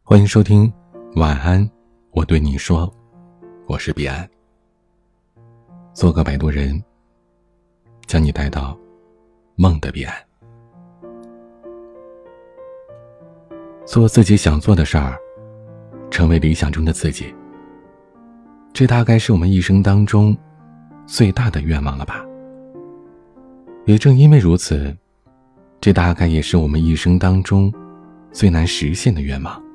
欢迎收听晚安，我对你说，我是彼岸。做个摆渡人，将你带到梦的彼岸。做自己想做的事儿，成为理想中的自己，这大概是我们一生当中最大的愿望了吧。也正因为如此，这大概也是我们一生当中最难实现的愿望。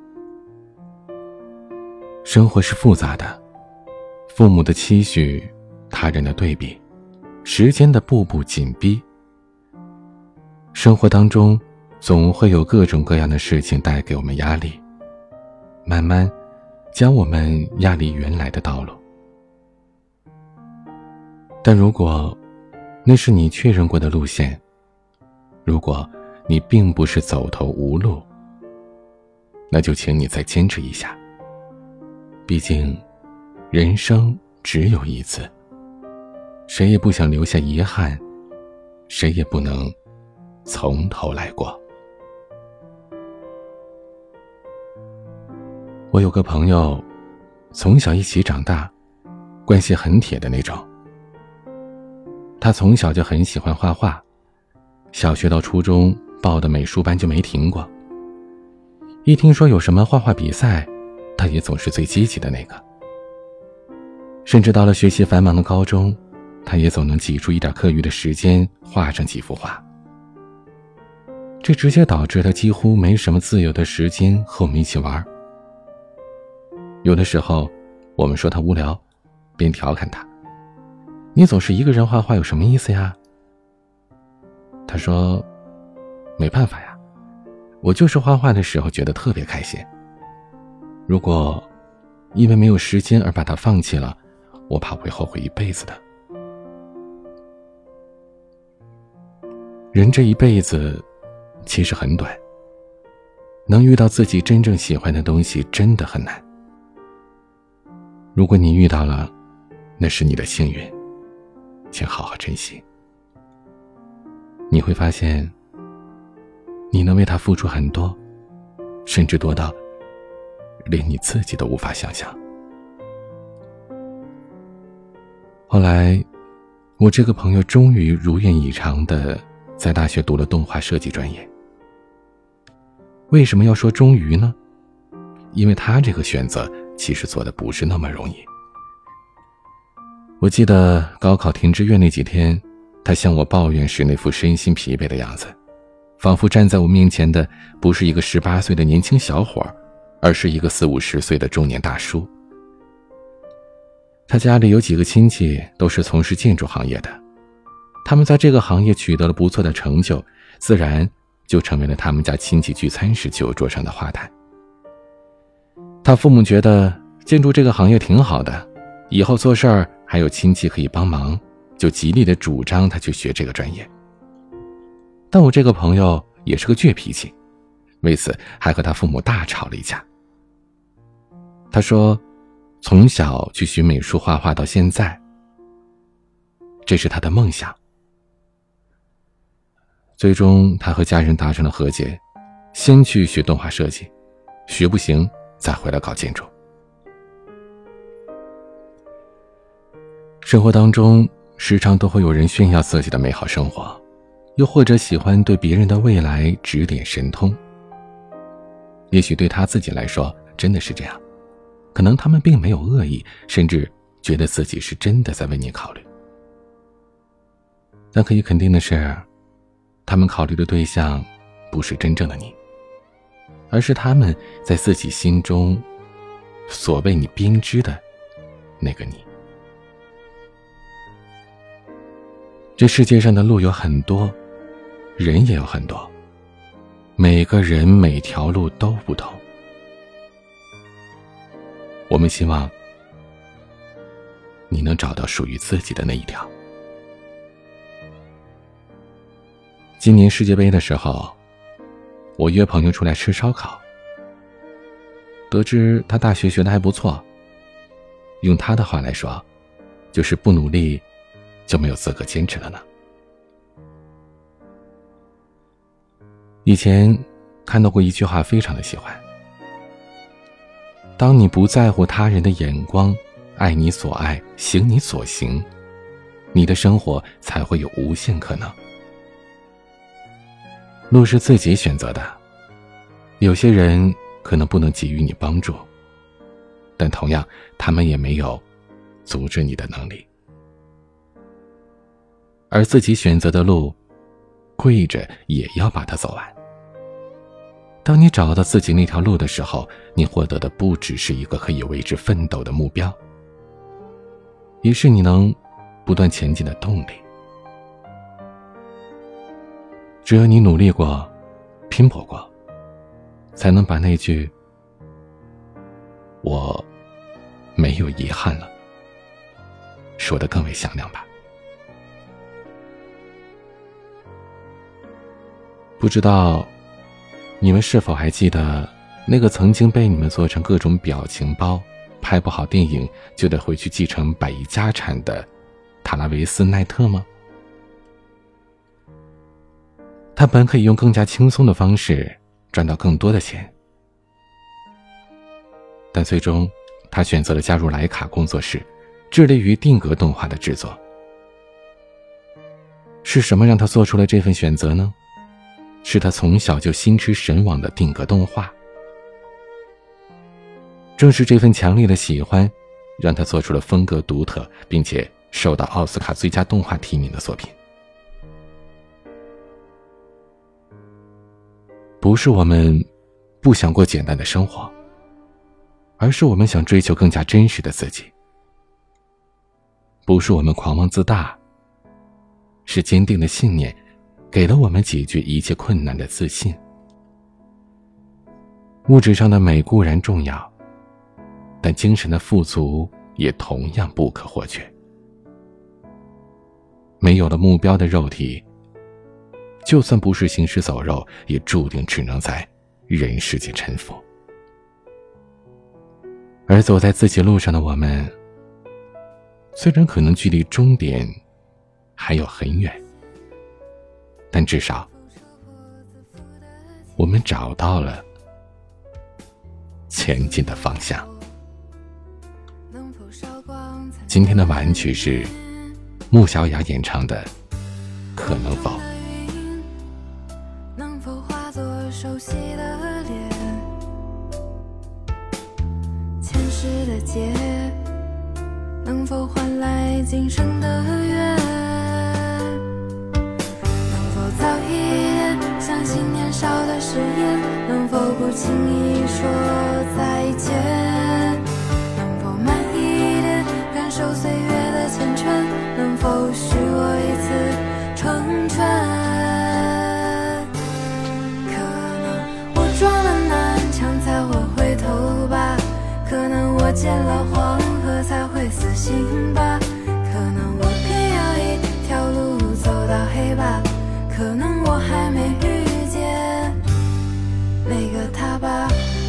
生活是复杂的，父母的期许，他人的对比，时间的步步紧逼。生活当中总会有各种各样的事情带给我们压力，慢慢将我们压离原来的道路。但如果那是你确认过的路线，如果你并不是走投无路，那就请你再坚持一下。毕竟人生只有一次，谁也不想留下遗憾，谁也不能从头来过。我有个朋友，从小一起长大，关系很铁的那种。他从小就很喜欢画画，小学到初中报的美术班就没停过。一听说有什么画画比赛，他也总是最积极的那个。甚至到了学习繁忙的高中，他也总能挤出一点课余的时间画上几幅画。这直接导致他几乎没什么自由的时间和我们一起玩。有的时候我们说他无聊，便调侃他，你总是一个人画画有什么意思呀？他说，没办法呀，我就是画画的时候觉得特别开心。如果因为没有时间而把它放弃了，我怕会后悔一辈子的。人这一辈子其实很短，能遇到自己真正喜欢的东西真的很难。如果你遇到了，那是你的幸运，请好好珍惜。你会发现，你能为他付出很多，甚至多到连你自己都无法想象。后来，我这个朋友终于如愿以偿地在大学读了动画设计专业。为什么要说终于呢？因为他这个选择其实做的不是那么容易。我记得高考填志愿那几天，他向我抱怨时那副身心疲惫的样子，仿佛站在我面前的不是一个18岁的年轻小伙，而是一个40、50岁的中年大叔。他家里有几个亲戚都是从事建筑行业的，他们在这个行业取得了不错的成就，自然就成为了他们家亲戚聚餐时酒桌上的话题。他父母觉得建筑这个行业挺好的，以后做事儿还有亲戚可以帮忙，就极力的主张他去学这个专业。但我这个朋友也是个倔脾气，为此还和他父母大吵了一架。他说，从小去学美术画画到现在，这是他的梦想。最终他和家人达成了和解，先去学动画设计，学不行再回来搞建筑。生活当中时常都会有人炫耀自己的美好生活，又或者喜欢对别人的未来指点神通。也许对他自己来说真的是这样，可能他们并没有恶意，甚至觉得自己是真的在为你考虑。但可以肯定的是，他们考虑的对象不是真正的你，而是他们在自己心中所为你编织的那个你。这世界上的路有很多，人也有很多，每个人每条路都不同。我们希望你能找到属于自己的那一条。今年世界杯的时候，我约朋友出来吃烧烤，得知他大学学得还不错，用他的话来说，就是不努力就没有资格坚持了呢。以前看到过一句话非常的喜欢， 当你不在乎他人的眼光，爱你所爱，行你所行，你的生活才会有无限可能。路是自己选择的，有些人可能不能给予你帮助，但同样他们也没有阻止你的能力。而自己选择的路，跪着也要把它走完。当你找到自己那条路的时候，你获得的不只是一个可以为之奋斗的目标，也是你能不断前进的动力。只有你努力过，拼搏过，才能把那句我没有遗憾了说得更为响亮吧。不知道你们是否还记得那个曾经被你们做成各种表情包，拍不好电影就得回去继承百亿家产的塔拉维斯奈特吗？他本可以用更加轻松的方式赚到更多的钱，但最终他选择了加入莱卡工作室，致力于定格动画的制作。是什么让他做出了这份选择呢？是他从小就心驰神往的定格动画。正是这份强烈的喜欢，让他做出了风格独特并且受到奥斯卡最佳动画提名的作品。不是我们不想过简单的生活，而是我们想追求更加真实的自己。不是我们狂妄自大，是坚定的信念给了我们解决一切困难的自信。物质上的美固然重要，但精神的富足也同样不可或缺。没有了目标的肉体，就算不是行尸走肉，也注定只能在人世间沉浮。而走在自己路上的我们，虽然可能距离终点还有很远，但至少我们找到了前进的方向。今天的晚安曲是穆小雅演唱的《可能否》。 能否化作熟悉的脸，前世的劫，能否换来今生的缘？能否早一点相信年少的誓言？能否不轻易说再见？能否慢一点感受岁月的缱绻？能否许我一次成全？可能我撞了南墙才会回头吧，可能我见了黄河才会死心吧，可能我偏要一条路走到黑吧，可能我还没遇见那个他吧。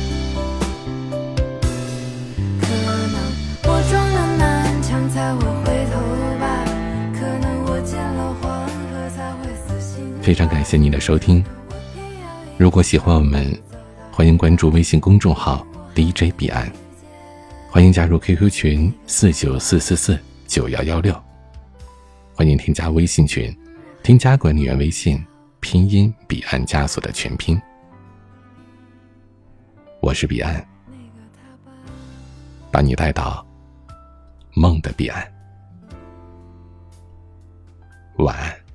可能我撞了南墙才会回头吧，可能我见了黄河才会死心吧。 非常感谢您的收听，如果喜欢我们，欢迎关注微信公众号 DJ 彼岸，欢迎加入 QQ 群494449116，欢迎添加微信群，添加管理员微信拼音彼岸加索的全拼。我是彼岸，把你带到梦的彼岸。晚安。